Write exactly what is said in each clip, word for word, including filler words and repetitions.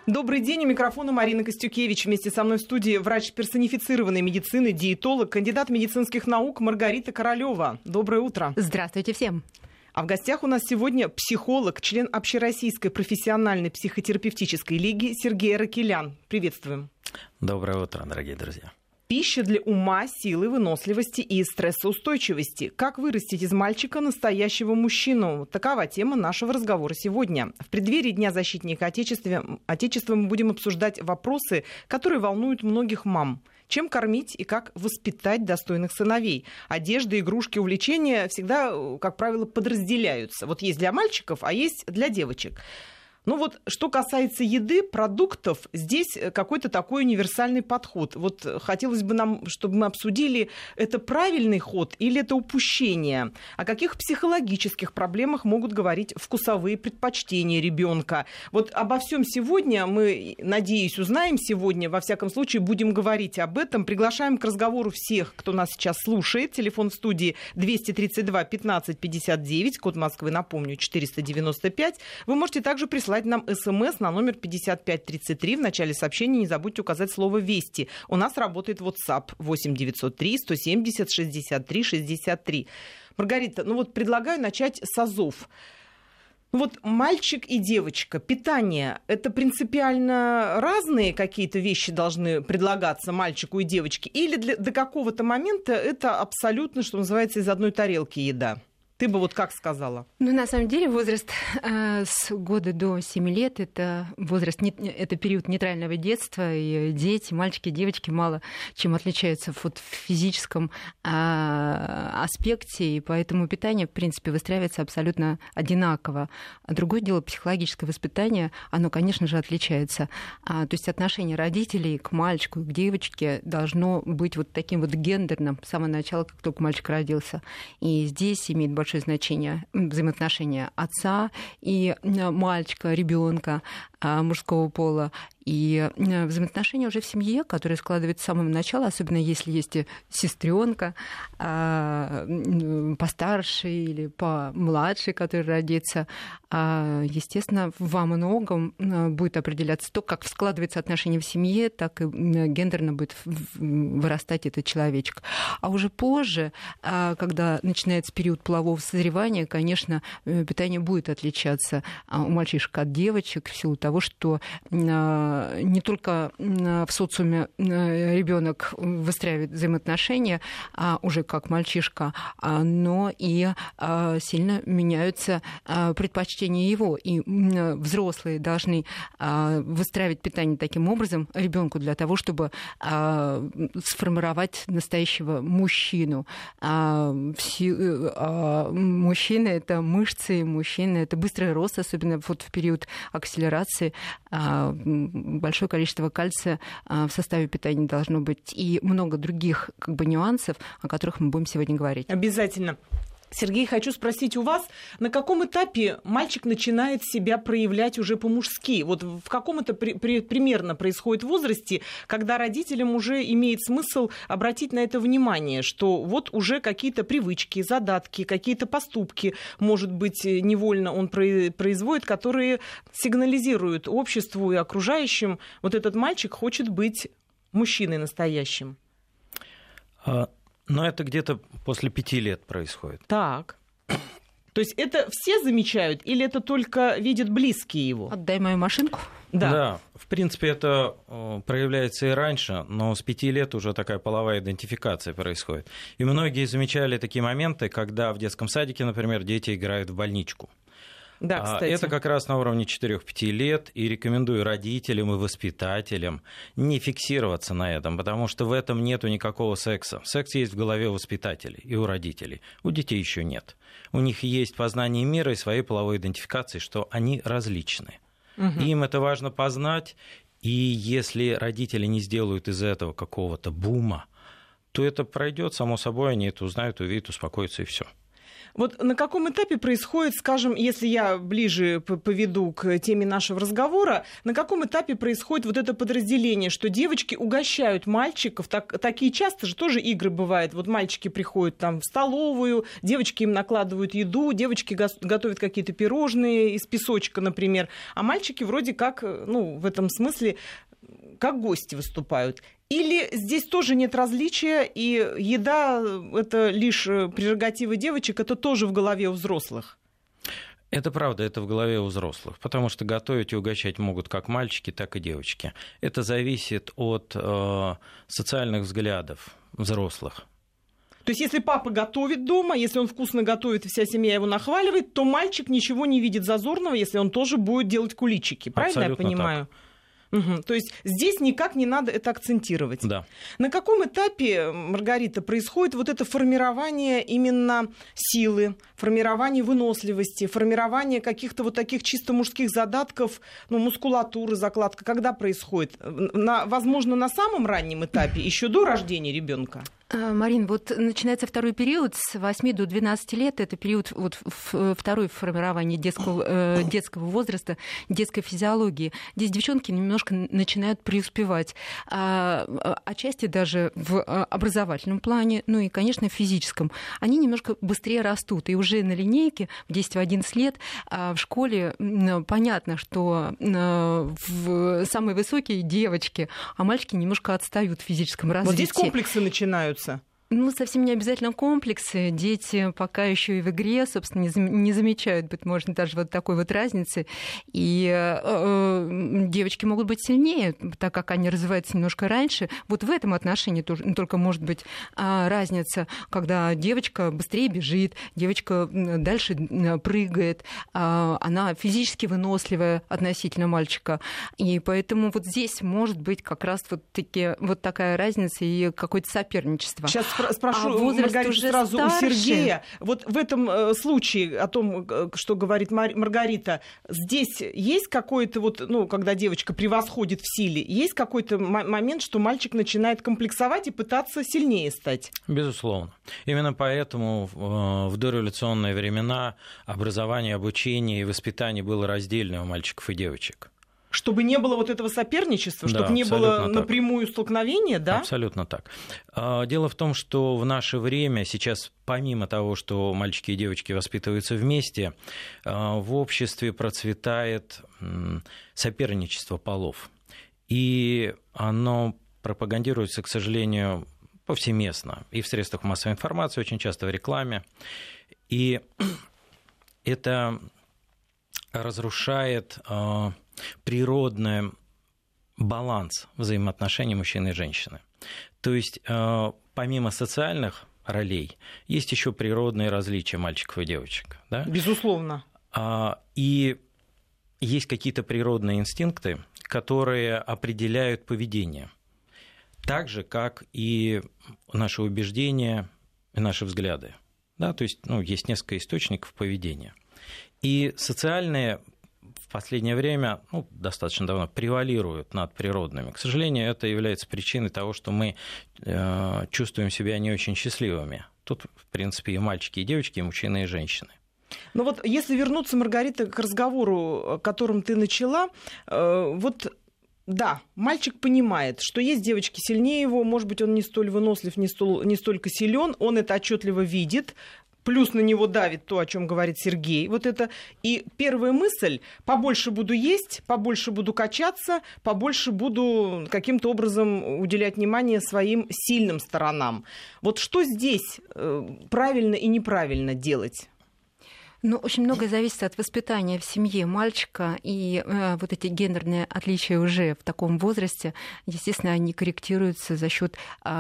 Добрый день, у микрофона Марина Костюкевич. Вместе со мной в студии врач персонифицированной медицины, диетолог, кандидат медицинских наук Маргарита Королева. Доброе утро. Здравствуйте всем. А в гостях у нас сегодня психолог, член Общероссийской профессиональной психотерапевтической лиги Сергей Аракелян. Приветствуем. Доброе утро, дорогие друзья. Пища для ума, силы, выносливости и стрессоустойчивости. Как вырастить из мальчика настоящего мужчину? Такова тема нашего разговора сегодня. В преддверии Дня защитника Отечества, Отечества мы будем обсуждать вопросы, которые волнуют многих мам. Чем кормить и как воспитать достойных сыновей? Одежда, игрушки, увлечения всегда, как правило, подразделяются. Вот есть для мальчиков, а есть для девочек. Ну вот, что касается еды, продуктов, здесь какой-то такой универсальный подход. Вот хотелось бы нам, чтобы мы обсудили, это правильный ход или это упущение? О каких психологических проблемах могут говорить вкусовые предпочтения ребенка? Вот обо всем сегодня мы, надеюсь, узнаем сегодня. Во всяком случае, будем говорить об этом. Приглашаем к разговору всех, кто нас сейчас слушает. Телефон в студии двести тридцать два пятнадцать пятьдесят девять, код Москвы, напомню, четыреста девяносто пять. Вы можете также прислать нам смс на номер пятьдесят пять тридцать три. В начале сообщения не забудьте указать слово «Вести». У нас работает WhatsApp восемь девятьсот три сто семьдесят шестьдесят три шестьдесят три. Маргарита, ну вот предлагаю начать с азов. Вот мальчик и девочка, питание – это принципиально разные какие-то вещи должны предлагаться мальчику и девочке? Или для, до какого-то момента это абсолютно, что называется, из одной тарелки еда? Ты бы вот как сказала? Ну, на самом деле, возраст э, с года до семи лет – это возраст, не, это период нейтрального детства, и дети, мальчики, девочки мало чем отличаются вот, в физическом э, аспекте, и поэтому питание, в принципе, выстраивается абсолютно одинаково. А другое дело, психологическое воспитание, оно, конечно же, отличается. А, то есть отношение родителей к мальчику, к девочке должно быть вот таким вот гендерным с самого начала, как только мальчик родился. И здесь имеет большое большое значение взаимоотношения отца и мальчика, ребенка мужского пола. И взаимоотношения уже в семье, которые складываются с самого начала, особенно если есть сестренка постарше или помладше, который родится, естественно, во многом будет определяться то, как складывается отношение в семье, так и гендерно будет вырастать этот человечек. А уже позже, когда начинается период полового созревания, конечно, питание будет отличаться у мальчишек от девочек в силу того, что не только в социуме ребенок выстраивает взаимоотношения, а уже как мальчишка, но и сильно меняются предпочтения его. И взрослые должны выстраивать питание таким образом ребенку для того, чтобы сформировать настоящего мужчину. Мужчина — это мышцы, мужчина — это быстрый рост, особенно вот в период акселерации. Большое количество кальция в составе питания должно быть и много других как бы нюансов, о которых мы будем сегодня говорить. Обязательно. Сергей, хочу спросить у вас, на каком этапе мальчик начинает себя проявлять уже по-мужски? Вот в каком это при, при, примерно происходит возрасте, когда родителям уже имеет смысл обратить на это внимание, что вот уже какие-то привычки, задатки, какие-то поступки, может быть, невольно он производит, которые сигнализируют обществу и окружающим, вот этот мальчик хочет быть мужчиной настоящим? Но это где-то после пяти лет происходит. Так. То есть это все замечают или это только видят близкие его? Отдай мою машинку. Да. Да, в принципе, это проявляется и раньше, но с пяти лет уже такая половая идентификация происходит. И многие замечали такие моменты, когда в детском садике, например, дети играют в больничку. Да, кстати. Это как раз на уровне четыре-пять лет, и рекомендую родителям и воспитателям не фиксироваться на этом, потому что в этом нету никакого секса. Секс есть в голове у воспитателей и у родителей. У детей еще нет. У них есть познание мира и своей половой идентификации, что они различны. Угу. Им это важно познать, и если родители не сделают из этого какого-то бума, то это пройдет само собой, они это узнают, увидят, успокоятся и все. Вот на каком этапе происходит, скажем, если я ближе поведу к теме нашего разговора, на каком этапе происходит вот это подразделение, что девочки угощают мальчиков, так, такие часто же тоже игры бывают, вот мальчики приходят там в столовую, девочки им накладывают еду, девочки го- готовят какие-то пирожные из песочка, например, а мальчики вроде как, ну, в этом смысле, как гости выступают. Или здесь тоже нет различия, и еда – это лишь прерогатива девочек, это тоже в голове у взрослых? Это правда, это в голове у взрослых, потому что готовить и угощать могут как мальчики, так и девочки. Это зависит от э, социальных взглядов взрослых. То есть если папа готовит дома, если он вкусно готовит, и вся семья его нахваливает, то мальчик ничего не видит зазорного, если он тоже будет делать куличики. Правильно Абсолютно я понимаю? Так. Угу. То есть здесь никак не надо это акцентировать. Да. На каком этапе, Маргарита, происходит вот это формирование именно силы, формирование выносливости, формирование каких-то вот таких чисто мужских задатков, ну, мускулатуры, закладка? Когда происходит? На, возможно, на самом раннем этапе, еще до рождения ребенка? Марин, вот начинается второй период с восьми до двенадцати лет. Это период вот, второй в формировании детского, э, детского возраста, детской физиологии. Здесь девчонки немножко начинают преуспевать. А, отчасти даже в образовательном плане, ну и, конечно, в физическом. Они немножко быстрее растут. И уже на линейке в десять-одиннадцать лет в школе понятно, что в самые высокие девочки, а мальчики немножко отстают в физическом развитии. Вот здесь комплексы начинаются. Ну, совсем не обязательно комплексы. Дети пока еще и в игре, собственно, не замечают, быть может, даже вот такой вот разницы. И э, девочки могут быть сильнее, так как они развиваются немножко раньше. Вот в этом отношении тоже, только может быть э, разница, когда девочка быстрее бежит, девочка дальше прыгает, э, она физически выносливая относительно мальчика. И поэтому вот здесь может быть как раз вот, таки, вот такая разница и какое-то соперничество. Сейчас спрошу, а Маргарита, сразу старше. У Сергея. Вот в этом случае, о том, что говорит Маргарита, здесь есть какой-то, вот, ну, когда девочка превосходит в силе, есть какой-то момент, что мальчик начинает комплексовать и пытаться сильнее стать? Безусловно. Именно поэтому в дореволюционные времена образование, обучение и воспитание было раздельное у мальчиков и девочек. Чтобы не было вот этого соперничества, чтобы да, не было так. напрямую столкновения, да? Абсолютно так. Дело в том, что в наше время сейчас, помимо того, что мальчики и девочки воспитываются вместе, в обществе процветает соперничество полов. И оно пропагандируется, к сожалению, повсеместно. И в средствах массовой информации, очень часто в рекламе. И это разрушает природный баланс взаимоотношений мужчины и женщины. То есть помимо социальных ролей есть еще природные различия мальчиков и девочек. Да? Безусловно. И есть какие-то природные инстинкты, которые определяют поведение. Так же, как и наши убеждения и наши взгляды. Да? То есть ну, есть несколько источников поведения. И социальные в последнее время, ну, достаточно давно, превалируют над природными. К сожалению, это является причиной того, что мы э, чувствуем себя не очень счастливыми. Тут, в принципе, и мальчики, и девочки, и мужчины, и женщины. Ну вот если вернуться, Маргарита, к разговору, которым ты начала, э, вот... Да, мальчик понимает, что есть девочки сильнее его, может быть, он не столь вынослив, не, столь, не столько силен, он это отчетливо видит, плюс на него давит то, о чем говорит Сергей. Вот это. И первая мысль: побольше буду есть, побольше буду качаться, побольше буду каким-то образом уделять внимание своим сильным сторонам. Вот что здесь правильно и неправильно делать? Ну, очень многое зависит от воспитания в семье мальчика, и э, вот эти гендерные отличия уже в таком возрасте, естественно, они корректируются за счет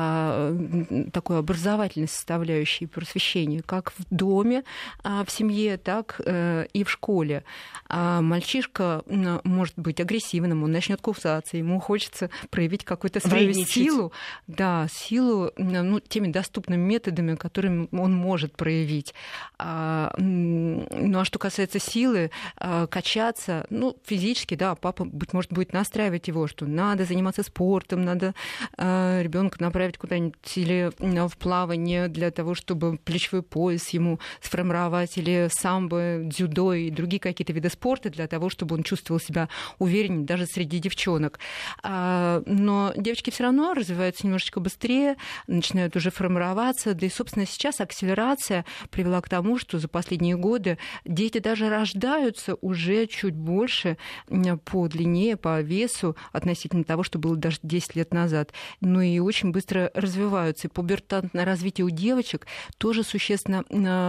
э, такой образовательной составляющей просвещения, как в доме, э, в семье, так э, и в школе. А мальчишка э, может быть агрессивным, он начнет кусаться, ему хочется проявить какую-то свою силу, да, силу ну, теми доступными методами, которыми он может проявить. А, Ну, а что касается силы, качаться, ну, физически, да, папа, быть может, будет настраивать его, что надо заниматься спортом, надо ребенка направить куда-нибудь или в плавание для того, чтобы плечевой пояс ему сформировать, или самбо, дзюдо и другие какие-то виды спорта для того, чтобы он чувствовал себя увереннее даже среди девчонок. Но девочки все равно развиваются немножечко быстрее, начинают уже формироваться, да и, собственно, сейчас акселерация привела к тому, что за последние годы дети даже рождаются уже чуть больше по длине, по весу относительно того, что было даже десять лет назад. Ну и очень быстро развиваются. И пубертатное развитие у девочек тоже существенно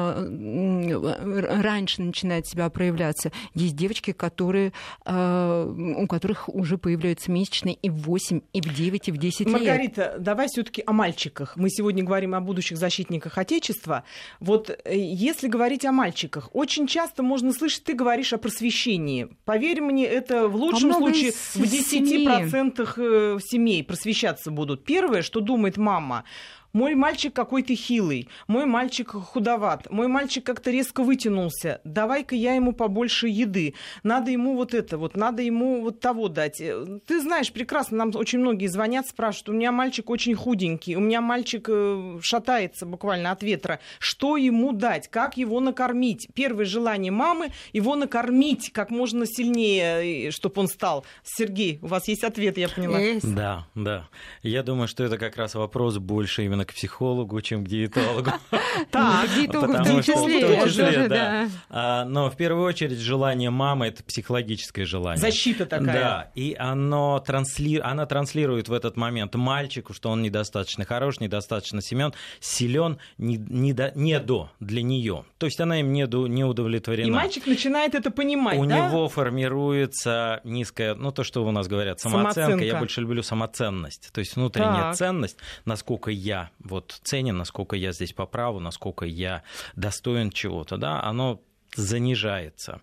раньше начинает себя проявляться. Есть девочки, которые, у которых уже появляются месячные и в восемь, и в девять, и в десять лет. Маргарита, давай все-таки о мальчиках. Мы сегодня говорим о будущих защитниках Отечества. Вот если говорить о мальчиках, очень часто можно слышать, ты говоришь о просвещении. Поверь мне, это в лучшем а случае в десяти процентах семей просвещаться будут. Первое, что думает мама: мой мальчик какой-то хилый, мой мальчик худоват, мой мальчик как-то резко вытянулся, давай-ка я ему побольше еды, надо ему вот это, вот надо ему вот того дать. Ты знаешь прекрасно, нам очень многие звонят, спрашивают: у меня мальчик очень худенький, у меня мальчик шатается буквально от ветра, что ему дать, как его накормить? Первое желание мамы — его накормить как можно сильнее, чтобы он стал. Сергей, у вас есть ответ, я поняла. Есть. Да, да. Я думаю, что это как раз вопрос больше именно к психологу, чем к диетологу. Так, к диетологу в том числе, да. Но в первую очередь желание мамы — это психологическое желание. Защита такая. Да, и оно трансли... она транслирует в этот момент мальчику, что он недостаточно хорош, недостаточно силен, силен не, не, до... не до для нее. То есть она им не, до... не удовлетворена. И мальчик начинает это понимать, У да? него формируется низкая, ну то, что у нас говорят, самооценка. самооценка. Я больше люблю самоценность. То есть внутренняя так. ценность, насколько я вот ценен, насколько я здесь по праву, насколько я достоин чего-то, да, оно занижается.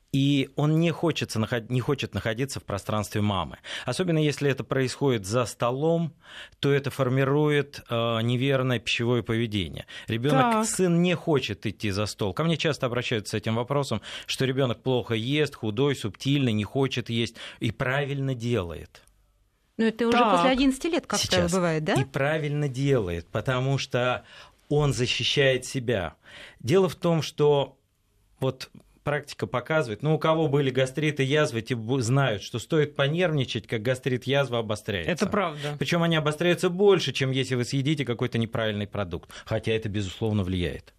И он не хочет, не хочет находиться в пространстве мамы. Особенно если это происходит за столом, то это формирует э, неверное пищевое поведение. Ребенок, сын не хочет идти за стол. Ко мне часто обращаются с этим вопросом, что ребенок плохо ест, худой, субтильный, не хочет есть и правильно делает. Но это уже так. После одиннадцати лет, как правило, бывает, да? И правильно делает, потому что он защищает себя. Дело в том, что вот практика показывает, ну, у кого были гастриты, язвы, те знают, что стоит понервничать, как гастрит, язва обостряется. Это правда. Причем они обостряются больше, чем если вы съедите какой-то неправильный продукт. Хотя это, безусловно, влияет.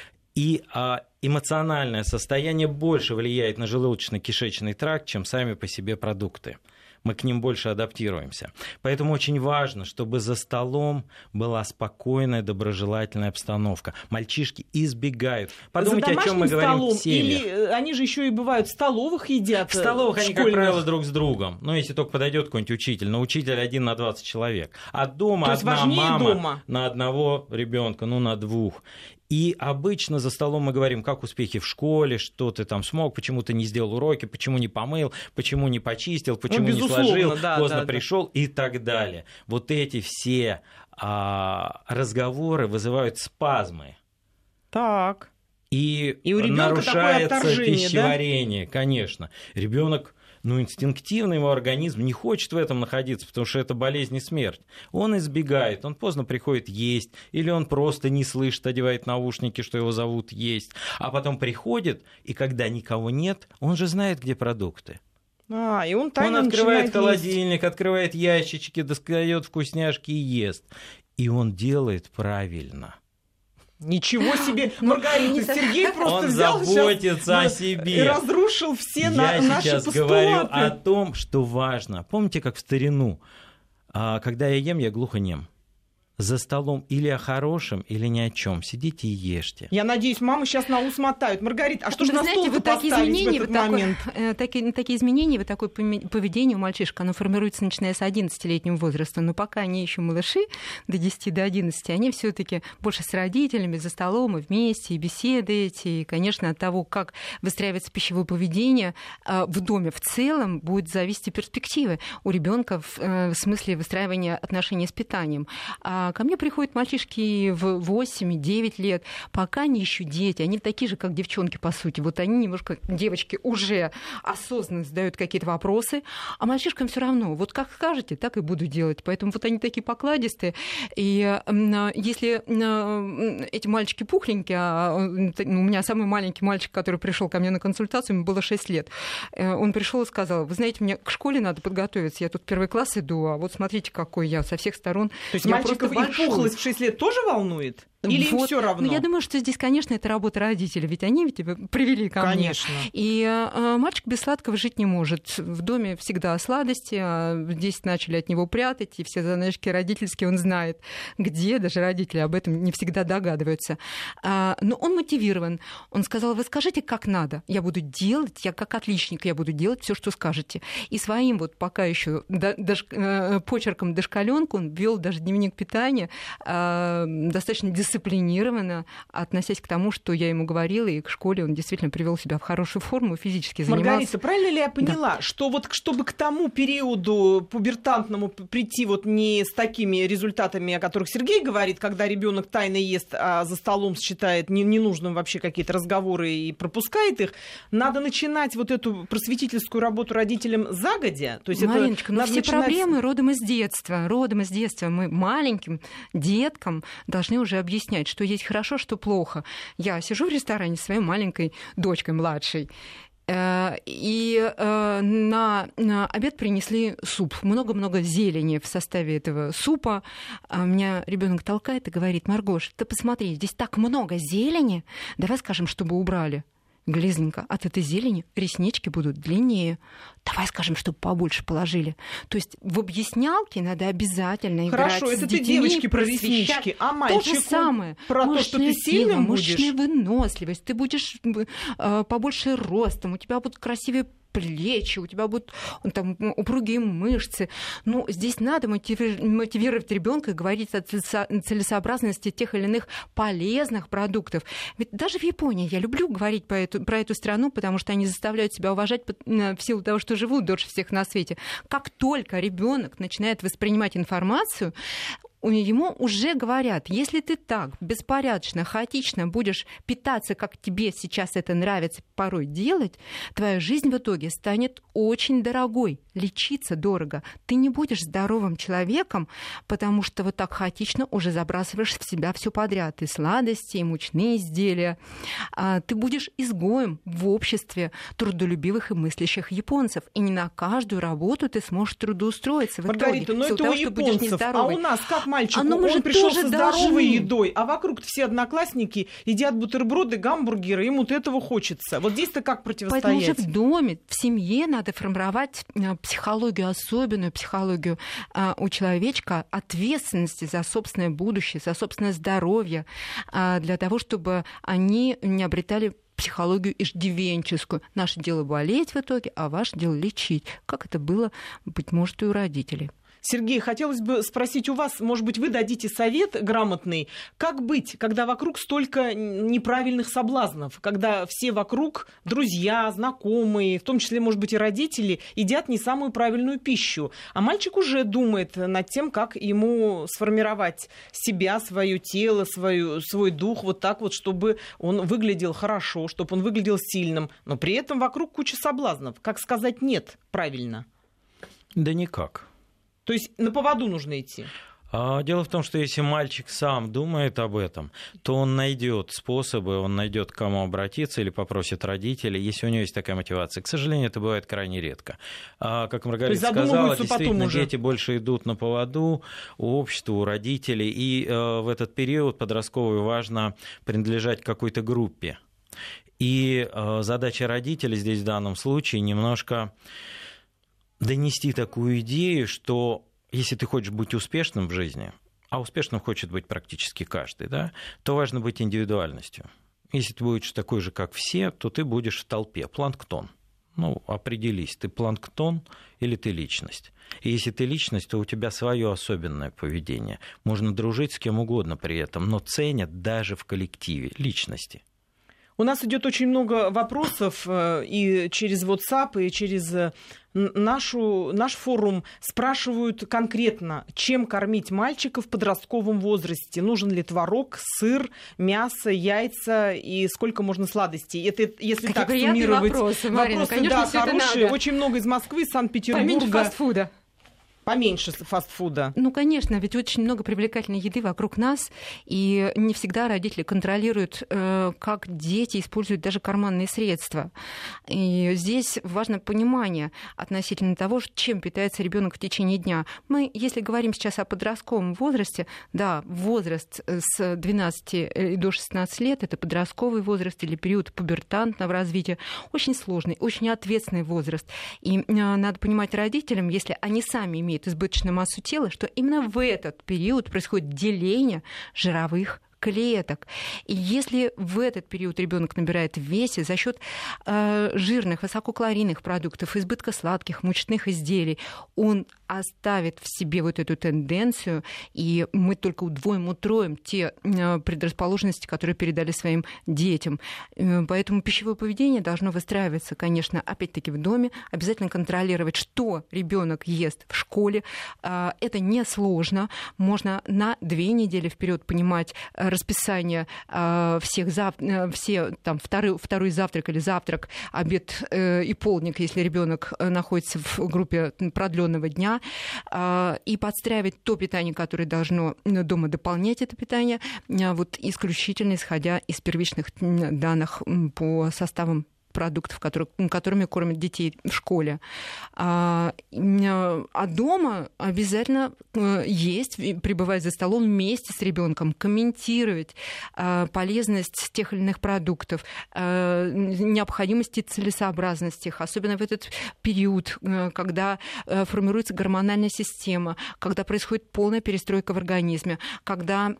И а, эмоциональное состояние больше влияет на желудочно-кишечный тракт, чем сами по себе продукты. Мы к ним больше адаптируемся. Поэтому очень важно, чтобы за столом была спокойная, доброжелательная обстановка. Мальчишки избегают. Подумайте, о чем мы говорим в семьях. Или они же еще и бывают в столовых едят. В столовых в они, как правило, друг с другом. Ну, если только подойдет какой-нибудь учитель. Но учитель один на двадцать человек. А дома То есть одна мама дома. на одного ребенка, ну, на двух. И обычно за столом мы говорим, как успехи в школе, что ты там смог, почему ты не сделал уроки, почему не помыл, почему не почистил, почему ну, не сложил, да, поздно да, пришел да. и так далее. Вот эти все а, разговоры вызывают спазмы. Так. И, и у нарушается пищеварение, да? Конечно. Ребенок, ну, инстинктивно его организм не хочет в этом находиться, потому что это болезнь и смерть. Он избегает, он поздно приходит есть, или он просто не слышит, одевает наушники, что его зовут есть, а потом приходит, и когда никого нет, он же знает, где продукты. А, и он тайно Он открывает холодильник, есть. Открывает ящички, достает вкусняшки и ест. И он делает правильно. Ничего себе, Маргарита, Сергей просто он взял заботится о себе и разрушил все Я на, наши сейчас постулаты. Говорю о том, что важно. Помните, как в старину, когда я ем, я глухонем. За столом или о хорошем, или ни о чем. Сидите и ешьте. Я надеюсь, мамы сейчас на ус мотают. Маргарита, а что же на знаете, стол вот поставить такие изменения, в этот вот момент? Такой, такие, такие изменения, вот такое поведение у мальчишек, оно формируется, начиная с одиннадцатилетнего возраста. Но пока они еще малыши, до десяти, до одиннадцати, они все-таки больше с родителями, за столом и вместе, и беседы эти. И, конечно, от того, как выстраивается пищевое поведение в доме в целом, будет зависеть и перспективы у ребенка в смысле выстраивания отношений с питанием. А ко мне приходят мальчишки в восемь-девять лет, пока они еще дети, они такие же, как девчонки, по сути. Вот они немножко, девочки, уже осознанно задают какие-то вопросы, а мальчишкам все равно. Вот как скажете, так и буду делать. Поэтому вот они такие покладистые. И если эти мальчики пухленькие, а у меня самый маленький мальчик, который пришел ко мне на консультацию, ему было шесть лет, он пришел и сказал: вы знаете, мне к школе надо подготовиться, я тут первый класс иду, а вот смотрите, какой я со всех сторон. То есть мальчиков их пухлость в шесть лет тоже волнует? Или вот. Им все равно? Ну, я думаю, что здесь, конечно, это работа родителей, ведь они ведь тебя привели ко мне. Конечно. И э, мальчик без сладкого жить не может. В доме всегда сладости, а здесь начали от него прятать, и все заначки родительские он знает, где, даже родители об этом не всегда догадываются. А, но он мотивирован. Он сказал: вы скажите, как надо, я буду делать, я как отличник, я буду делать все, что скажете. И своим вот пока еще дош... почерком дошкаленку он вел даже дневник питания, э, достаточно дисциплинированно, дисциплинированно, относясь к тому, что я ему говорила, и к школе он действительно привел себя в хорошую форму, физически занимался. Маргарита, правильно ли я поняла, да. что вот чтобы к тому периоду пубертантному прийти вот не с такими результатами, о которых Сергей говорит, когда ребенок тайно ест, а за столом считает ненужным вообще какие-то разговоры и пропускает их, надо начинать вот эту просветительскую работу родителям загодя? То есть Мариночка, это ну все начинать... проблемы родом из детства. Родом из детства. Мы маленьким деткам должны уже объяснить, что есть хорошо, что плохо. Я сижу в ресторане с своей маленькой дочкой младшей, и на, на обед принесли суп. Много-много зелени в составе этого супа. А меня ребенок толкает и говорит: Маргош, ты посмотри, здесь так много зелени, давай скажем, чтобы убрали. Глизненько, от этой зелени реснички будут длиннее. Давай скажем, чтобы побольше положили. То есть в объяснялке надо обязательно играть. Хорошо, с это детьми, ты девочки про реснички, а мальчику то же самое. Про то, что ты сильным будешь? Мышечная выносливость, ты будешь э, побольше ростом, у тебя будут красивее плечи, у тебя будут там упругие мышцы. Ну, здесь надо мотивировать ребенка и говорить о целесообразности тех или иных полезных продуктов. Ведь даже в Японии, я люблю говорить про эту, про эту страну, потому что они заставляют себя уважать в силу того, что живут дольше всех на свете. Как только ребенок начинает воспринимать информацию, ему уже говорят: если ты так беспорядочно, хаотично будешь питаться, как тебе сейчас это нравится порой делать, твоя жизнь в итоге станет очень дорогой, лечиться дорого. Ты не будешь здоровым человеком, потому что вот так хаотично уже забрасываешь в себя все подряд, и сладости, и мучные изделия. Ты будешь изгоем в обществе трудолюбивых и мыслящих японцев, и не на каждую работу ты сможешь трудоустроиться в Маргарита, итоге. но это того, у японцев, а у нас как мальчику? А он пришел со здоровой должны. едой, а вокруг все одноклассники едят бутерброды, гамбургеры, им вот этого хочется. Вот здесь-то как противостоять? Поэтому уже в доме, в семье надо формировать психологию, особенную психологию у человечка, ответственности за собственное будущее, за собственное здоровье, для того, чтобы они не обретали психологию иждивенческую. Наше дело болеть в итоге, а ваше дело лечить. Как это было, быть может, и у родителей. Сергей, хотелось бы спросить у вас, может быть, вы дадите совет грамотный, как быть, когда вокруг столько неправильных соблазнов, когда все вокруг, друзья, знакомые, в том числе, может быть, и родители, едят не самую правильную пищу, а мальчик уже думает над тем, как ему сформировать себя, свое тело, свою, свой дух вот так вот, чтобы он выглядел хорошо, чтобы он выглядел сильным, но при этом вокруг куча соблазнов. Как сказать «нет» правильно? Да никак. То есть на поводу нужно идти? Дело в том, что если мальчик сам думает об этом, то он найдет способы, он найдет к кому обратиться или попросит родителей, если у него есть такая мотивация. К сожалению, это бывает крайне редко. Как Маргарита сказала, действительно, дети больше идут на поводу у общества, у родителей, и в этот период подростковый важно принадлежать какой-то группе. И задача родителей здесь в данном случае немножко донести такую идею, что если ты хочешь быть успешным в жизни, а успешным хочет быть практически каждый, да, то важно быть индивидуальностью. Если ты будешь такой же, как все, то ты будешь в толпе, планктон. Ну, определись, ты планктон или ты личность. И если ты личность, то у тебя свое особенное поведение. Можно дружить с кем угодно при этом, но ценят даже в коллективе личности. У нас идет очень много вопросов и через WhatsApp, и через нашу, наш форум. Спрашивают конкретно, чем кормить мальчика в подростковом возрасте. Нужен ли творог, сыр, мясо, яйца и сколько можно сладостей. Это если Какие так суммировать. Вопросы, Марина, вопросы, конечно, да, все это хорошие. надо. Очень много из Москвы, из Санкт-Петербурга. Поменьше фастфуда. Поменьше фастфуда. Ну, конечно, ведь очень много привлекательной еды вокруг нас, и не всегда родители контролируют, как дети используют даже карманные средства. И здесь важно понимание относительно того, чем питается ребенок в течение дня. Мы, если говорим сейчас о подростковом возрасте, да, возраст с двенадцати до шестнадцати лет, это подростковый возраст или период пубертантного развития, очень сложный, очень ответственный возраст. И надо понимать родителям, если они сами имеют избыточную массу тела, что именно в этот период происходит деление жировых клеток. И если в этот период ребенок набирает в весе за счет э, жирных, высококалорийных продуктов, избытка сладких, мучных изделий, он оставит в себе вот эту тенденцию, и мы только удвоим, утроим те э, предрасположенности, которые передали своим детям. Э, поэтому пищевое поведение должно выстраиваться, конечно, опять-таки в доме, обязательно контролировать, что ребенок ест в школе. Э, это несложно. Можно на две недели вперед понимать расписание э, всех зав... все там второй, второй завтрак или завтрак, обед э, и полдник, если ребенок находится в группе продленного дня, э, и подстраивать то питание, которое должно дома дополнять это питание, э, вот исключительно исходя из первичных данных по составам продуктов, которые, которыми кормят детей в школе. А, а дома обязательно есть, пребывать за столом вместе с ребенком, комментировать а, полезность тех или иных продуктов, а, необходимость и целесообразность их, особенно в этот период, когда формируется гормональная система, когда происходит полная перестройка в организме, когда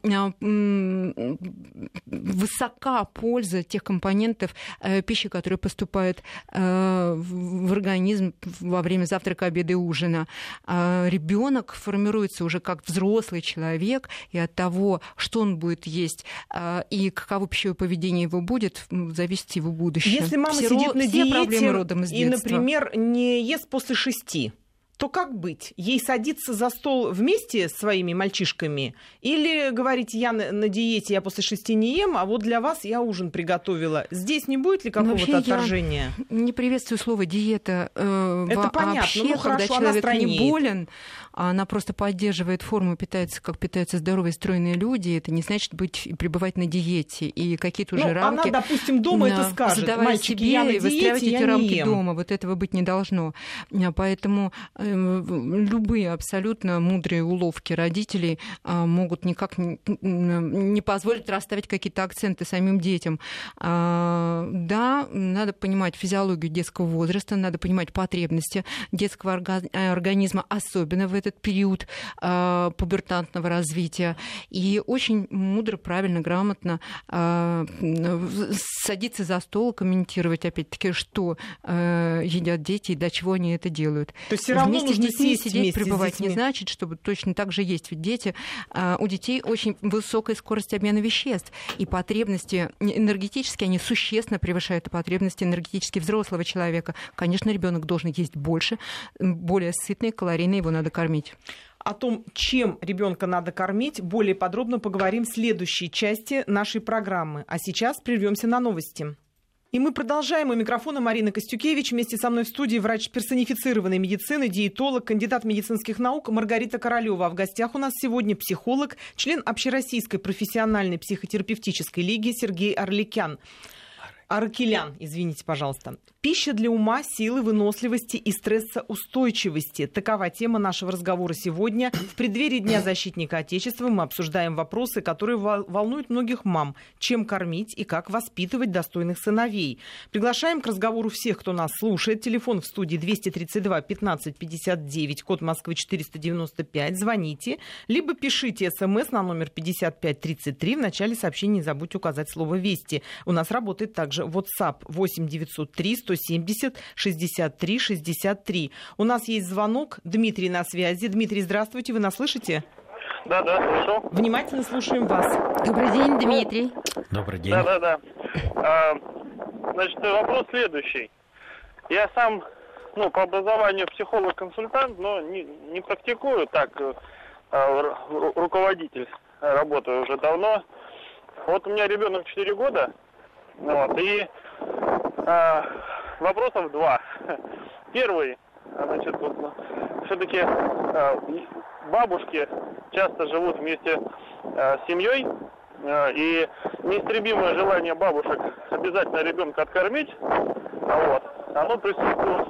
высока польза тех компонентов пищи, которые поступает э, в организм во время завтрака, обеда и ужина. А ребенок формируется уже как взрослый человек, и от того, что он будет есть э, и каково пищевое поведение его будет, зависит его будущее. Если мама все сидит ро... на все диете родом из и, детства. например, не ест после шести, то как быть? Ей садиться за стол вместе с своими мальчишками? Или говорить, я на, на диете, я после шести не ем, а вот для вас я ужин приготовила? Здесь не будет ли какого-то отторжения? Я не приветствую слово «диета». Э, Это во- понятно. Вообще, Ну, хорошо, когда она человек не стройнеет. болен, она просто поддерживает форму, питается, как питаются здоровые, стройные люди. Это не значит быть и пребывать на диете. И какие-то уже Ну, рамки... она, допустим, дома да, это скажет. задавая Мальчики, себе я на и выстраивать диете, эти я рамки не ем. дома. Вот этого быть не должно. Поэтому э, любые абсолютно мудрые уловки родителей э, могут никак не, не позволить расставить какие-то акценты самим детям. Э, да, надо понимать физиологию детского возраста, надо понимать потребности детского орга- организма, особенно в этот период э, пубертантного развития. И очень мудро, правильно, грамотно э, садиться за стол, комментировать, опять-таки, что э, едят дети и для чего они это делают. То есть все равно Вместе с нужно детьми сесть сидеть, вместе с пребывать детьми. не значит, чтобы точно так же есть. Ведь дети, э, у детей очень высокая скорость обмена веществ, и потребности энергетические, они существенно превышают потребности энергетически взрослого человека. Конечно, ребенок должен есть больше, более сытный, калорийный, его надо кормить. О том, чем ребенка надо кормить, более подробно поговорим в следующей части нашей программы. А сейчас прервемся на новости. И мы продолжаем. У микрофона Марина Костюкевич. Вместе со мной в студии врач персонифицированной медицины, диетолог, кандидат медицинских наук Маргарита Королева. А в гостях у нас сегодня психолог, член Общероссийской профессиональной психотерапевтической лиги Сергей Орликян. Аракелян, извините, пожалуйста. Пища для ума, силы, выносливости и стрессоустойчивости. Такова тема нашего разговора сегодня. В преддверии Дня защитника Отечества мы обсуждаем вопросы, которые волнуют многих мам. Чем кормить и как воспитывать достойных сыновей. Приглашаем к разговору всех, кто нас слушает. Телефон в студии двести тридцать два пятнадцать пятьдесят девять, код Москвы четыреста девяносто пять. Звоните, либо пишите смс на номер пятьдесят пять тридцать три. В начале сообщения не забудьте указать слово «Вести». У нас работает также WhatsApp восемь девятьсот три сто семьдесят шестьдесят три шестьдесят три. У нас есть звонок. Дмитрий на связи. Дмитрий, здравствуйте. Вы нас слышите? Да, да, слышу. Внимательно слушаем вас. Добрый день, Дмитрий. Добрый день. Да, да, да. А, значит, вопрос следующий. Я сам, ну, по образованию психолог-консультант, но не, не практикую так, а, руководитель, работаю уже давно. Вот у меня ребенок четыре года, вот, и а, вопросов два. Первый, значит, вот, все-таки а, бабушки часто живут вместе а, с семьей, а, и неистребимое желание бабушек обязательно ребенка откормить, вот, оно присутствует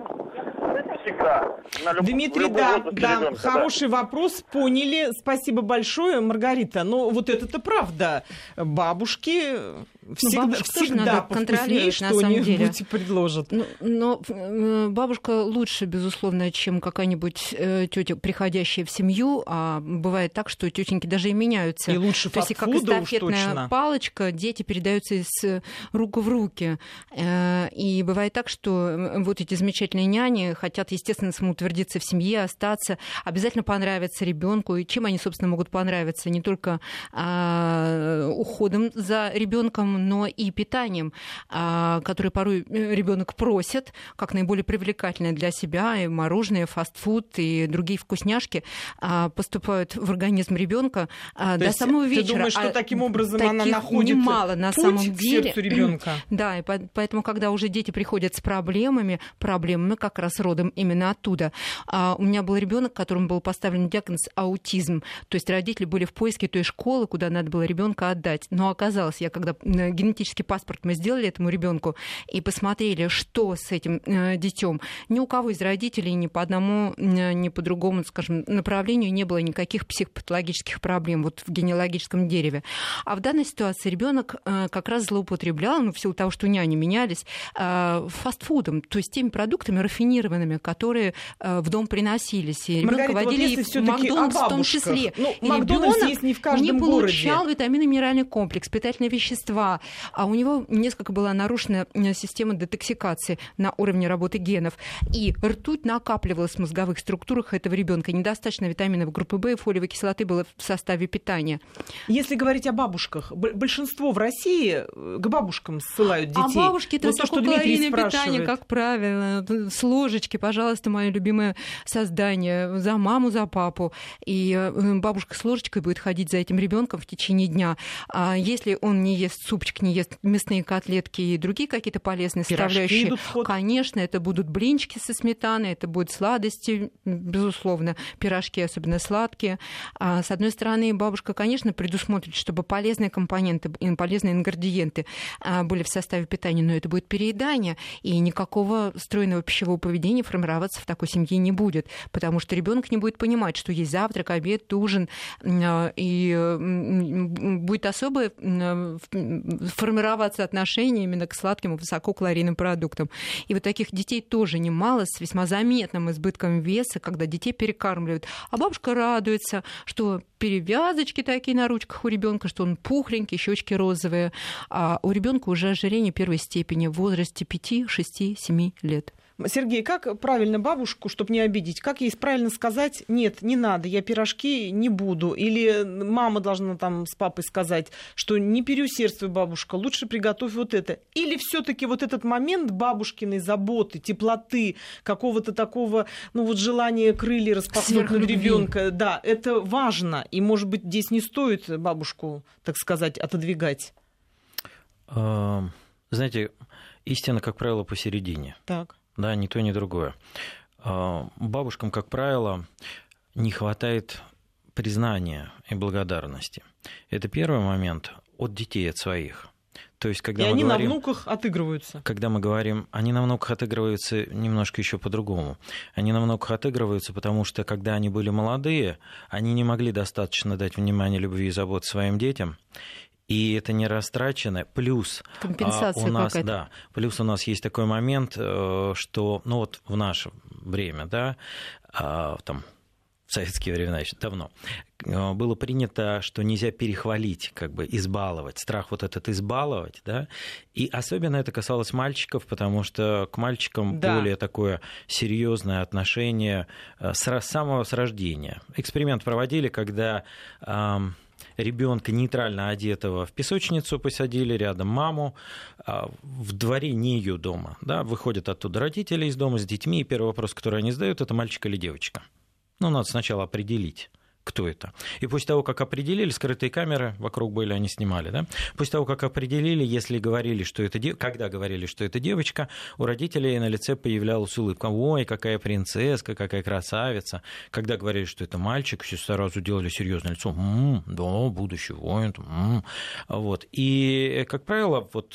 всегда. На люб... Дмитрий, да, да, ребенка, хороший да. вопрос, поняли. Спасибо большое, Маргарита. Но вот это-то правда. Бабушки всегда, всегда повкуснее что-нибудь предложат. Но, но бабушка лучше, безусловно, чем какая-нибудь тетя, приходящая в семью. А бывает так, что тетеньки даже и меняются. И лучше То есть, как эстафетная палочка, дети передаются из рук в руки. И бывает так, что вот эти замечательные няни хотят, естественно, самоутвердиться в семье, остаться, обязательно понравиться ребенку. И чем они, собственно, могут понравиться? Не только а, уходом за ребенком, но и питанием, а, которое порой ребенок просит, как наиболее привлекательное для себя, и мороженое, фастфуд и другие вкусняшки а, поступают в организм ребенка а, до самого вечера. Ты думаешь, что а таким образом она находит немало, на путь самом деле. К сердцу ребенка? Да, и поэтому, когда уже дети приходят с проблемами, проблемами как раз родом именно оттуда. А у меня был ребенок, которому был поставлен диагноз аутизм. То есть родители были в поиске той школы, куда надо было ребенка отдать. Но оказалось, я когда генетический паспорт мы сделали этому ребенку и посмотрели, что с этим детем, ни у кого из родителей ни по одному, ни по другому, скажем, направлению не было никаких психопатологических проблем вот в генеалогическом дереве. А в данной ситуации ребенок как раз злоупотреблял, ну, в силу того, что няни менялись, фастфудом, то есть теми продуктами рафинированными, которые в дом приносились. И ребенка водили вот в Макдональдс в том числе. Ну, Макдональдс есть не в каждом не получал городе. витаминно-минеральный комплекс, питательные вещества, а у него несколько была нарушена система детоксикации на уровне работы генов. И ртуть накапливалась в мозговых структурах этого ребенка. Недостаточно витаминов группы В и фолиевой кислоты было в составе питания. Если говорить о бабушках, большинство в России к бабушкам ссылают детей. А бабушки это вот то, что калорийное питание, как правило. С ложечки, пожалуйста, мое любимое создание. За маму, за папу. И бабушка с ложечкой будет ходить за этим ребенком в течение дня. А если он не ест супчик, не ест мясные котлетки и другие какие-то полезные составляющие, конечно, это будут блинчики со сметаной, это будут сладости, безусловно, пирожки, особенно сладкие. А с одной стороны, бабушка, конечно, предусмотрит, чтобы полезные компоненты, полезные ингредиенты были в составе питания, но это будет переедание, и никакого стройного пищевого поведения формироваться в такой семье не будет, потому что ребенок не будет понимать, что есть завтрак, обед, ужин, и будет особо формироваться отношение именно к сладким и высококалорийным продуктам. И вот таких детей тоже немало с весьма заметным избытком веса, когда детей перекармливают. А бабушка радуется, что перевязочки такие на ручках у ребенка, что он пухленький, щечки розовые. А у ребенка уже ожирение первой степени в возрасте пяти, шести, семи лет. Сергей, как правильно бабушку, чтобы не обидеть, как ей правильно сказать: нет, не надо, я пирожки не буду? Или мама должна там с папой сказать, что не переусердствуй, бабушка, лучше приготовь вот это? Или все-таки вот этот момент бабушкиной заботы, теплоты, какого-то такого, ну вот желания крылья распахнуть над ребенка, да, это важно. И, может быть, здесь не стоит бабушку, так сказать, отодвигать? Знаете, истина, как правило, посередине. Так. Да, ни то, ни другое. Бабушкам, как правило, не хватает признания и благодарности. Это первый момент от детей, от своих. То есть, когда и мы они говорим, на внуках отыгрываются. Когда мы говорим, они на внуках отыгрываются немножко еще по-другому. Они на внуках отыгрываются, потому что, когда они были молодые, они не могли достаточно дать внимания, любви и заботы своим детям. И это не растрачено. Плюс компенсация у нас, какая-то. Да, плюс у нас есть такой момент, что, ну вот в наше время, да, там, в советские времена еще давно, было принято, что нельзя перехвалить, как бы избаловать, страх вот этот избаловать, да, и особенно это касалось мальчиков, потому что к мальчикам да. более такое серьезное отношение с самого с рождения. Эксперимент проводили, когда ребенка нейтрально одетого в песочницу посадили, рядом маму, в дворе не ее дома, да, выходят оттуда родители из дома с детьми, и первый вопрос, который они задают, это мальчик или девочка. Ну, надо сначала определить, кто это. И после того, как определили, скрытые камеры вокруг были, они снимали, да? После того, как определили, если говорили, что это дев... когда говорили, что это девочка, у родителей на лице появлялась улыбка. Ой, какая принцесска, какая красавица. Когда говорили, что это мальчик, все сразу делали серьезное лицо. М-м, да, будущий воин. М-м. Вот. И, как правило, вот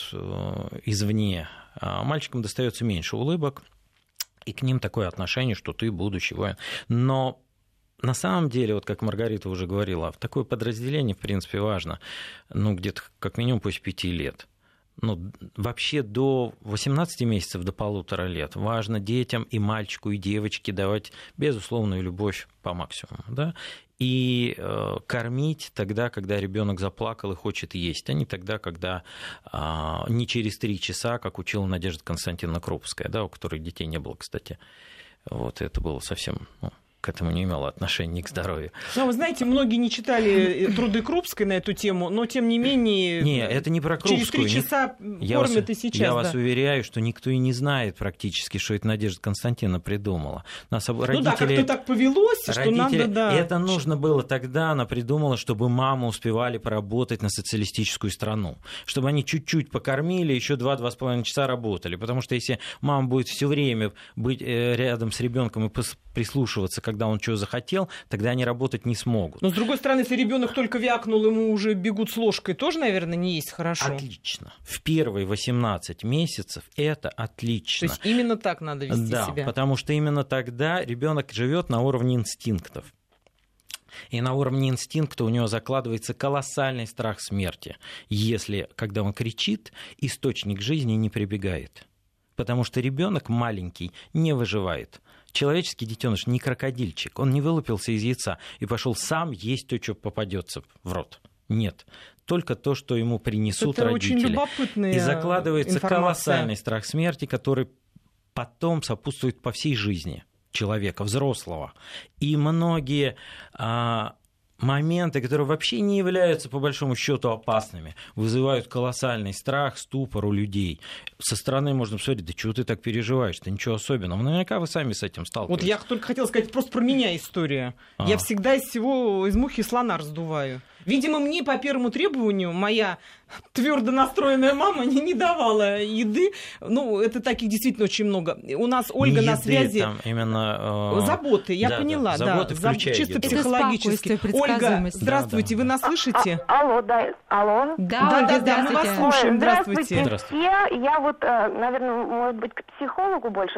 извне мальчикам достается меньше улыбок, и к ним такое отношение, что ты будущий воин. Но на самом деле, вот как Маргарита уже говорила, в такое подразделение, в принципе, важно, ну, где-то как минимум после пяти лет. Ну, вообще до восемнадцати месяцев, до полутора лет важно детям и мальчику, и девочке давать безусловную любовь по максимуму, да, и э, кормить тогда, когда ребенок заплакал и хочет есть, а не тогда, когда э, не через три часа, как учила Надежда Константиновна Крупская, да, у которой детей не было, кстати. Вот это было совсем... Ну, к этому не имело отношения ни к здоровью. Ну, вы знаете, многие не читали труды Крупской на эту тему, но тем не менее... Не, это не про Крупскую. Через три часа я кормят вас, и сейчас. Я да. вас уверяю, что никто и не знает практически, что это Надежда Константиновна придумала. Нас родители... Ну да, как-то так повелось, родители... что надо... Да. Это нужно было тогда, она придумала, чтобы мамы успевали поработать на социалистическую страну. Чтобы они чуть-чуть покормили, еще два-два с половиной часа работали. Потому что если мама будет все время быть рядом с ребенком и прислушиваться, когда он чего захотел, тогда они работать не смогут. Но, с другой стороны, если ребенок только вякнул, ему уже бегут с ложкой, тоже, наверное, не есть хорошо. Отлично. В первые восемнадцать месяцев это отлично. То есть именно так надо вести да, себя. Да, потому что именно тогда ребенок живет на уровне инстинктов. И на уровне инстинкта у него закладывается колоссальный страх смерти, если, когда он кричит, источник жизни не прибегает. Потому что ребенок маленький не выживает. Человеческий детеныш не крокодильчик, он не вылупился из яйца и пошел сам есть то, что попадется в рот. Нет, только то, что ему принесут это родители. Очень любопытная и закладывается информация. Колоссальный страх смерти, который потом сопутствует по всей жизни человека, взрослого. И многие а, моменты, которые вообще не являются, по большому счету, опасными, вызывают колоссальный страх, ступор у людей. Со стороны можно посмотреть, да чего ты так переживаешь, да ничего особенного. Наверняка вы сами с этим сталкиваетесь. Вот я только хотела сказать, просто про меня история. А. Я всегда из всего, из мухи слона раздуваю. Видимо, мне по первому требованию моя твердо настроенная мама не, не давала еды. Ну, это таких действительно очень много. У нас Ольга не на еды, связи. Там именно, э... Заботы, я да, поняла. Да, заботы, да. Чисто психологически. Ольга, здравствуйте, да, да, вы нас слышите? А, алло, да, алло. Да, да, да, мы вас слушаем. Здравствуйте. Здравствуйте. Я, я вот, наверное, может быть, к психологу больше,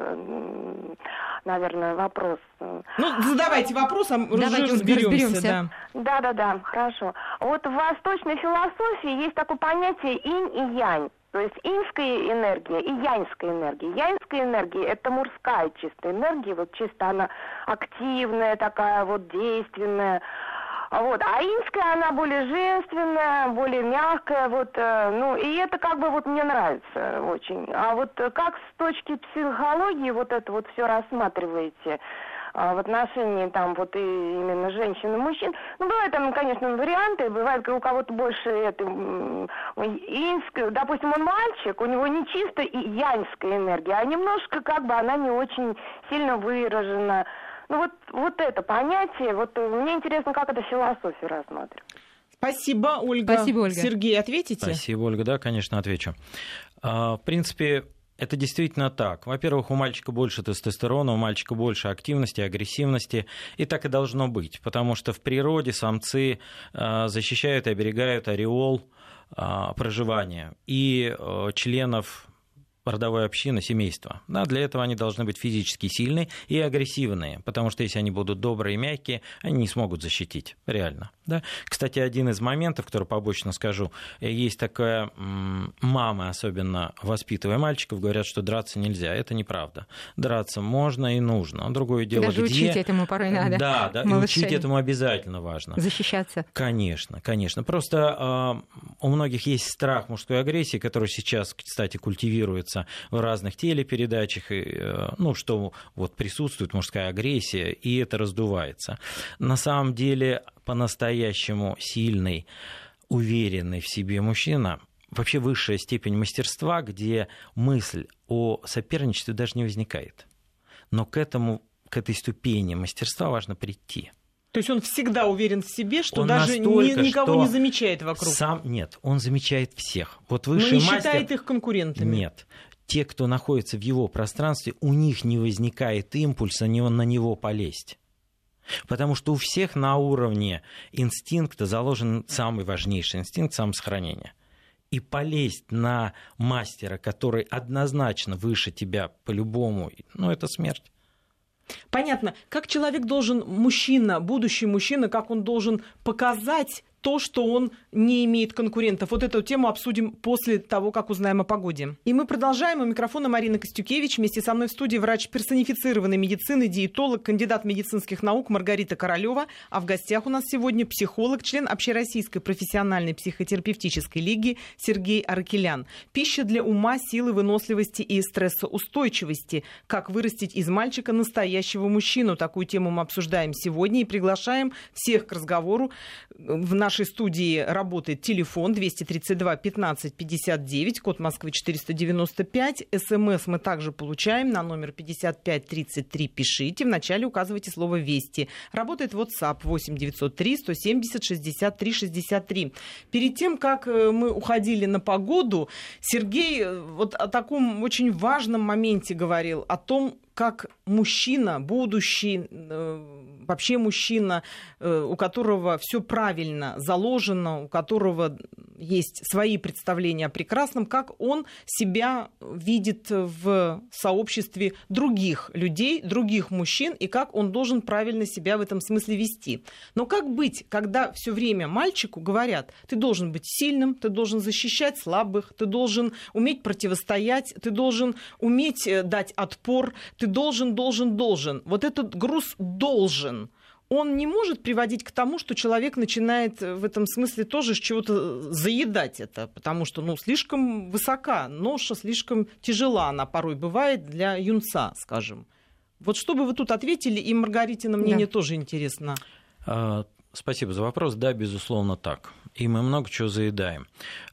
наверное, вопрос. Ну, задавайте вопрос, а уже разберемся. Да. да, да, да, хорошо. Вот в восточной философии есть такое понятие инь и янь. То есть иньская энергия и яньская энергия. Яньская энергия – это мужская чистая энергия, вот чисто она активная такая, вот действенная. Вот. А иньская, она более женственная, более мягкая, вот, ну, и это как бы вот мне нравится очень. А вот как с точки психологии вот это вот все рассматриваете в отношении там вот и именно женщин и мужчин? Ну, бывают там, конечно, варианты, бывает у кого-то больше это, иньская, допустим, он мальчик, у него не чисто и яньская энергия, а немножко как бы она не очень сильно выражена. Ну вот, вот это понятие, вот мне интересно, как это философия рассматривает. Спасибо, Ольга. Спасибо, Ольга. Сергей, ответите? Спасибо, Ольга. Да, конечно, отвечу. В принципе, это действительно так. Во-первых, у мальчика больше тестостерона, у мальчика больше активности, агрессивности, и так и должно быть, потому что в природе самцы защищают и оберегают ореол проживания и членов родовой общины, семейства. Да, для этого они должны быть физически сильные и агрессивные, потому что если они будут добрые и мягкие, они не смогут защитить, реально. Да? Кстати, один из моментов, который побочно скажу, есть такая мама, особенно воспитывая мальчиков, говорят, что драться нельзя. Это неправда. Драться можно и нужно. Другое дело, даже где... учить этому порой надо. Да, да, и учить этому обязательно важно. Защищаться. Конечно, конечно. Просто э, у многих есть страх мужской агрессии, который сейчас, кстати, культивируется в разных телепередачах, и, ну, что вот присутствует мужская агрессия, и это раздувается. На самом деле, по-настоящему сильный, уверенный в себе мужчина, вообще высшая степень мастерства, где мысль о соперничестве даже не возникает. Но к этому, к этой ступени мастерства важно прийти. То есть он всегда уверен в себе, что он даже ни, никого не замечает вокруг? Сам, нет, он замечает всех. Вот высший Но не мастер... считает их конкурентами? Нет. Те, кто находится в его пространстве, у них не возникает импульса на него полезть. Потому что у всех на уровне инстинкта заложен самый важнейший инстинкт самосохранения. И полезть на мастера, который однозначно выше тебя по-любому, ну, это смерть. Понятно. Как человек должен, мужчина, будущий мужчина, как он должен показать то, что он не имеет конкурентов? Вот эту тему обсудим после того, как узнаем о погоде. И мы продолжаем. У микрофона Марина Костюкевич. Вместе со мной в студии врач персонифицированной медицины, диетолог, кандидат медицинских наук Маргарита Королева. А в гостях у нас сегодня психолог, член Общероссийской профессиональной психотерапевтической лиги Сергей Аракелян. Пища для ума, силы, выносливости и стрессоустойчивости. Как вырастить из мальчика настоящего мужчину? Такую тему мы обсуждаем сегодня и приглашаем всех к разговору. В нашей В нашей студии работает телефон двести тридцать два пятнадцать пятьдесят девять, код Москвы четыреста девяносто пять. СМС мы также получаем на номер пятьдесят пять тридцать три. Пишите. Вначале указывайте слово «Вести». Работает WhatsApp восемь девятьсот три сто семьдесят шестьдесят три шестьдесят три. Перед тем, как мы уходили на погоду, Сергей вот о таком очень важном моменте говорил, о том, как мужчина, будущий, вообще мужчина, у которого все правильно заложено, у которого есть свои представления о прекрасном, как он себя видит в сообществе других людей, других мужчин, и как он должен правильно себя в этом смысле вести. Но как быть, когда все время мальчику говорят: ты должен быть сильным, ты должен защищать слабых, ты должен уметь противостоять, ты должен уметь дать отпор, ты должен, должен, должен. Вот этот груз «должен», он не может приводить к тому, что человек начинает в этом смысле тоже с чего-то заедать это, потому что, ну, слишком высока ноша, слишком тяжела она порой бывает для юнца, скажем. Вот что бы вы тут ответили, и Маргаритина мнение да. тоже интересно. Спасибо за вопрос. Да, безусловно, так. И мы много чего заедаем.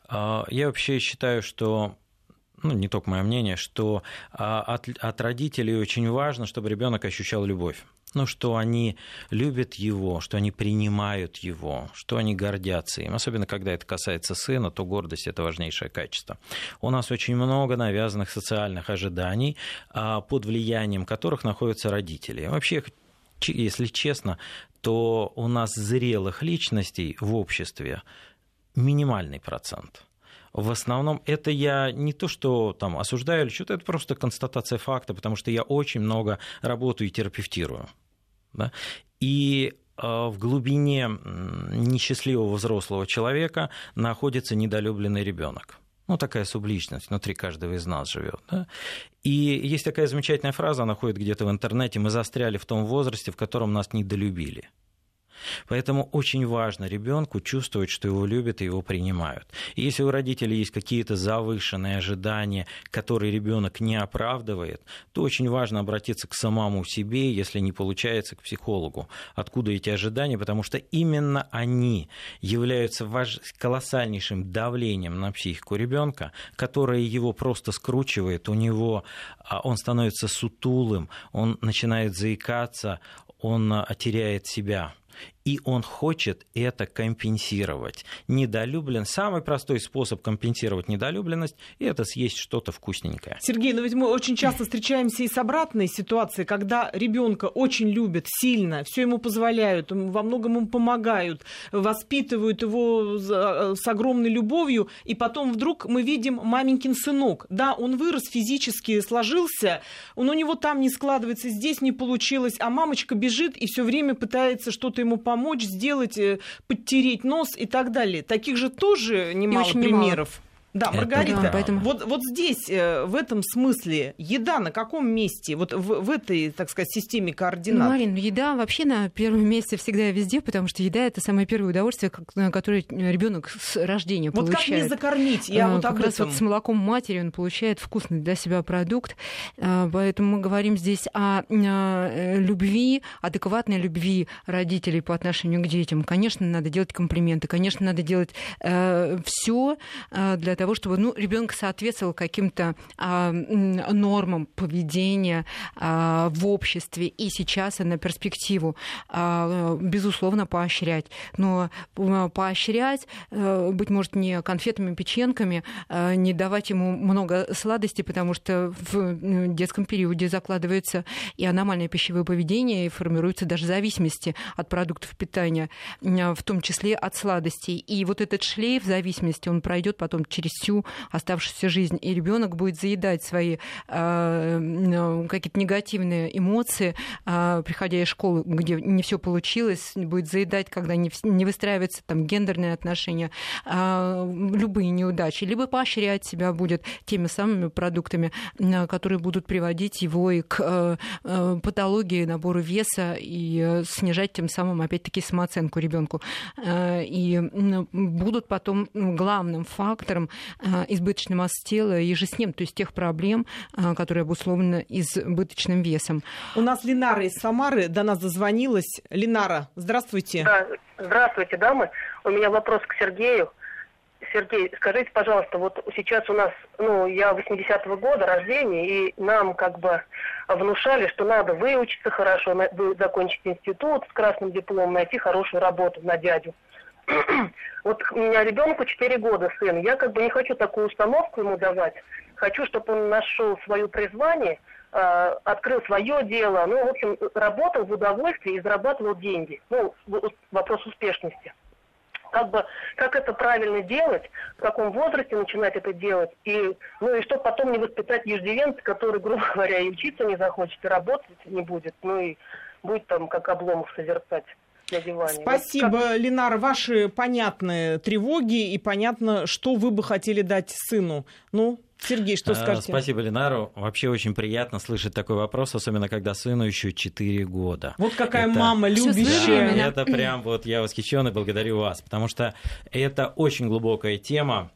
Я вообще считаю, что... ну, не только мое мнение, что от, от родителей очень важно, чтобы ребенок ощущал любовь. Ну, что они любят его, что они принимают его, что они гордятся им. Особенно, когда это касается сына, то гордость – это важнейшее качество. У нас очень много навязанных социальных ожиданий, под влиянием которых находятся родители. Вообще, если честно, то у нас зрелых личностей в обществе минимальный процент. В основном это я не то, что там осуждаю или что-то, это просто констатация факта, потому что я очень много работаю и терапевтирую. Да? И э, в глубине несчастливого взрослого человека находится недолюбленный ребенок. Ну, такая субличность внутри каждого из нас живет. Да? И есть такая замечательная фраза, она ходит где-то в интернете: мы застряли в том возрасте, в котором нас недолюбили. Поэтому очень важно ребенку чувствовать, что его любят и его принимают. И если у родителей есть какие-то завышенные ожидания, которые ребенок не оправдывает, то очень важно обратиться к самому себе, если не получается, к психологу. Откуда эти ожидания? Потому что именно они являются важ... колоссальнейшим давлением на психику ребенка, которое его просто скручивает, у него он становится сутулым, он начинает заикаться, он теряет себя. и он хочет это компенсировать. Недолюбленность, самый простой способ компенсировать недолюбленность – это съесть что-то вкусненькое. Сергей, но ведь мы очень часто встречаемся и с обратной ситуацией, когда ребенка очень любят сильно, все ему позволяют, во многом ему помогают, воспитывают его с огромной любовью, и потом вдруг мы видим маменькин сынок. Да, он вырос физически, сложился, он у него там не складывается, здесь не получилось, а мамочка бежит и все время пытается что-то ему помочь, сделать, подтереть нос и так далее. Таких же тоже немало примеров. Немало. Да, Маргарита, да, поэтому... вот, вот здесь, в этом смысле, еда на каком месте, вот в, в этой, так сказать, системе координат? Ну, Марин, еда вообще на первом месте всегда и везде, потому что еда — это самое первое удовольствие, которое ребенок с рождения вот получает. Вот как не закормить? Я а, вот об как этом. раз вот с молоком матери он получает вкусный для себя продукт, поэтому мы говорим здесь о любви, адекватной любви родителей по отношению к детям. Конечно, надо делать комплименты, конечно, надо делать э, все для того, чтобы ну, ребенок соответствовал каким-то а, нормам поведения а, в обществе и сейчас, и на перспективу, а, безусловно, поощрять. Но поощрять, а, быть может, не конфетами, печенками, а, не давать ему много сладостей, потому что в детском периоде закладывается и аномальное пищевое поведение, и формируются даже зависимости от продуктов питания, в том числе от сладостей. И вот этот шлейф зависимости, он пройдет потом через всю оставшуюся жизнь, и ребенок будет заедать свои э, какие-то негативные эмоции, э, приходя из школы, где не все получилось, будет заедать, когда не, не выстраиваются там гендерные отношения, э, любые неудачи, либо поощрять себя будет теми самыми продуктами, э, которые будут приводить его и к э, патологии, набору веса и э, снижать тем самым, опять-таки, самооценку ребенку. Э, и э, будут потом главным фактором избыточной массы тела и же с ним, то есть тех проблем, которые обусловлены избыточным весом. У нас Ленара из Самары до нас дозвонилась. Ленара, здравствуйте. Да, здравствуйте, дамы. У меня вопрос к Сергею. Сергей, скажите, пожалуйста, вот сейчас у нас, ну, я восьмидесятого года рождения, и нам как бы внушали, что надо выучиться хорошо, закончить институт с красным дипломом, найти хорошую работу на дядю. Вот у меня ребенку четыре года, сын. Я как бы не хочу такую установку ему давать. Хочу, чтобы он нашел свое призвание, э, открыл свое дело. Ну, в общем, работал в удовольствие и зарабатывал деньги. Ну, вопрос успешности. Как бы, как это правильно делать, в каком возрасте начинать это делать, и, ну, и чтобы потом не воспитать иждивенца, который, грубо говоря, и учиться не захочет, и работать не будет, ну, и будет там, как Обломов, созерцать. Спасибо, вот как... Ленара. Ваши понятные тревоги и понятно, что вы бы хотели дать сыну. Ну, Сергей, что скажете? Спасибо, Ленару. Вообще очень приятно слышать такой вопрос, особенно когда сыну еще четыре года. Вот какая это... мама любящая. Да, это прям вот я восхищен и благодарю вас, потому что это очень глубокая тема.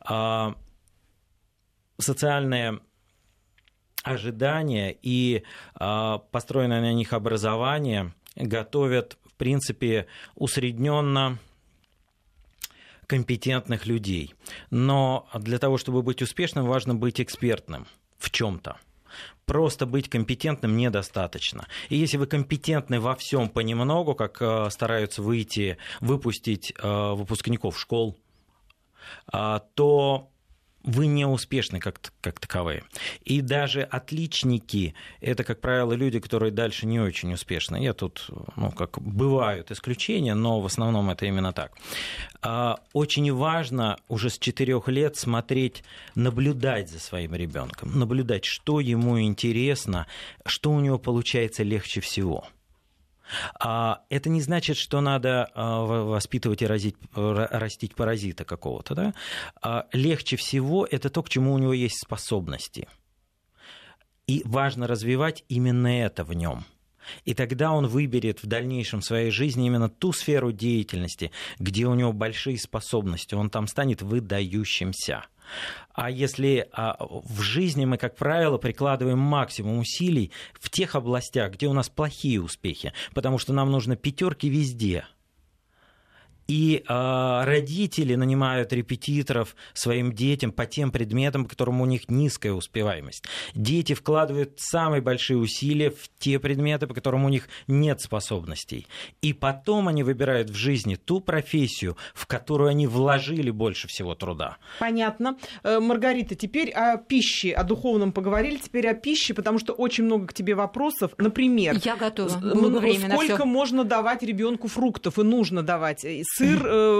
Социальные ожидания и построенное на них образование готовят, в принципе, усредненно компетентных людей. Но для того, чтобы быть успешным, важно быть экспертным в чем-то. Просто быть компетентным недостаточно. И если вы компетентны во всем понемногу, как э, стараются выйти, выпустить э, выпускников школ, э, то вы не успешны как, как таковые. И даже отличники – это, как правило, люди, которые дальше не очень успешны. Я тут, ну, как бывают исключения, но в основном это именно так. Очень важно уже с четырёх лет смотреть, наблюдать за своим ребенком, наблюдать, что ему интересно, что у него получается легче всего. Это не значит, что надо воспитывать и разить, растить паразита какого-то. Да? Легче всего это то, к чему у него есть способности. И важно развивать именно это в нем. И тогда он выберет в дальнейшем своей жизни именно ту сферу деятельности, где у него большие способности. Он там станет выдающимся. А если а, в жизни мы, как правило, прикладываем максимум усилий в тех областях, где у нас плохие успехи, потому что нам нужны пятерки везде, И э, родители нанимают репетиторов своим детям по тем предметам, по которым у них низкая успеваемость. Дети вкладывают самые большие усилия в те предметы, по которым у них нет способностей. И потом они выбирают в жизни ту профессию, в которую они вложили больше всего труда. Понятно. Маргарита, теперь о пище, о духовном поговорили, теперь о пище, потому что очень много к тебе вопросов. Например, я готова. Было время на сколько всё. можно давать ребенку фруктов и нужно давать? Сыр,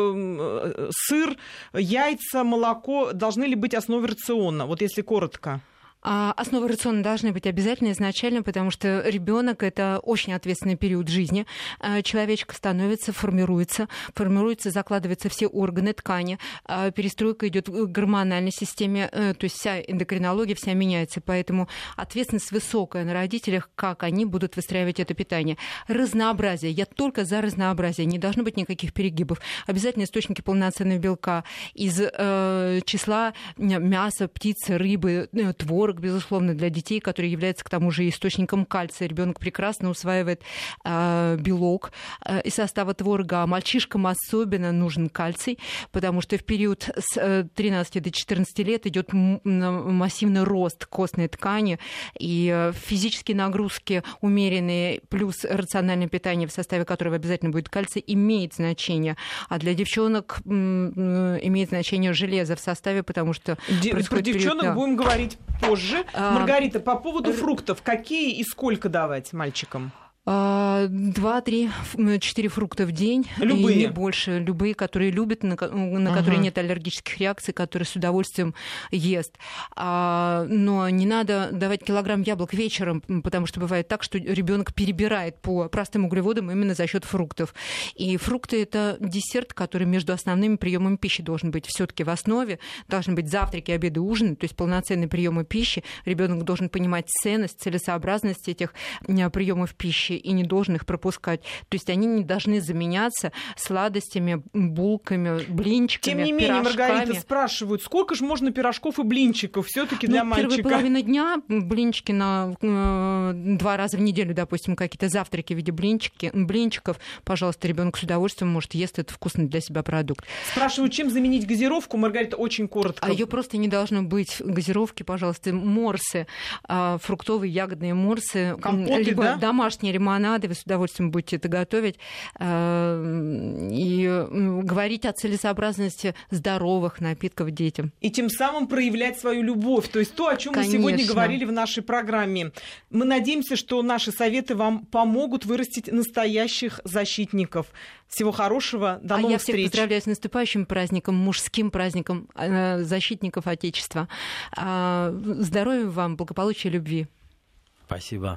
э, сыр, яйца, молоко должны ли быть основой рациона? Вот если коротко. Основы рациона должны быть обязательно изначально, потому что ребенок это очень ответственный период жизни. Человечек становится, формируется, формируется, закладываются все органы, ткани. Перестройка идет в гормональной системе, то есть вся эндокринология вся меняется. Поэтому ответственность высокая на родителях, как они будут выстраивать это питание. Разнообразие. Я только за разнообразие. Не должно быть никаких перегибов. Обязательно источники полноценного белка из э, числа мяса, птицы, рыбы, творог, безусловно, для детей, которые являются к тому же источником кальция. Ребенок прекрасно усваивает э, белок э, из состава творога, а мальчишкам особенно нужен кальций, потому что в период с э, тринадцати до четырнадцати лет идет м- массивный рост костной ткани, и э, физические нагрузки умеренные плюс рациональное питание, в составе которого обязательно будет кальций, имеет значение. А для девчонок м- м- имеет значение железо в составе, потому что Де- про девчонок период, да. будем говорить позже. Маргарита, по поводу фруктов, какие и сколько давать мальчикам? Два, три, четыре фрукта в день. Любые? И не больше. Любые, которые любят, на, на ага. которые нет аллергических реакций, которые с удовольствием ест. А, но не надо давать килограмм яблок вечером, потому что бывает так, что ребенок перебирает по простым углеводам именно за счет фруктов. И фрукты — это десерт, который между основными приемами пищи должен быть все-таки в основе. Должны быть завтраки, обеды, ужины, то есть полноценные приемы пищи. Ребенок должен понимать ценность, целесообразность этих приемов пищи и не должен их пропускать. То есть они не должны заменяться сладостями, булками, блинчиками, Тем не менее, пирожками. Маргарита, спрашивают, сколько же можно пирожков и блинчиков все-таки для ну, мальчика? Первая половина дня блинчики на э, два раза в неделю, допустим, какие-то завтраки в виде блинчики, блинчиков. Пожалуйста, ребенок с удовольствием может есть этот вкусный для себя продукт. Спрашивают, чем заменить газировку? Маргарита, очень коротко. А ее просто не должно быть. Газировки, пожалуйста, морсы, э, фруктовые, ягодные морсы, компоты, либо да? домашние лимонады, вы с удовольствием будете это готовить, и говорить о целесообразности здоровых напитков детям. И тем самым проявлять свою любовь, то есть то, о чем мы сегодня говорили в нашей программе. Мы надеемся, что наши советы вам помогут вырастить настоящих защитников. Всего хорошего, до а новых я встреч. всех поздравляю с наступающим праздником, мужским праздником защитников Отечества. Здоровья вам, благополучия, любви. Спасибо.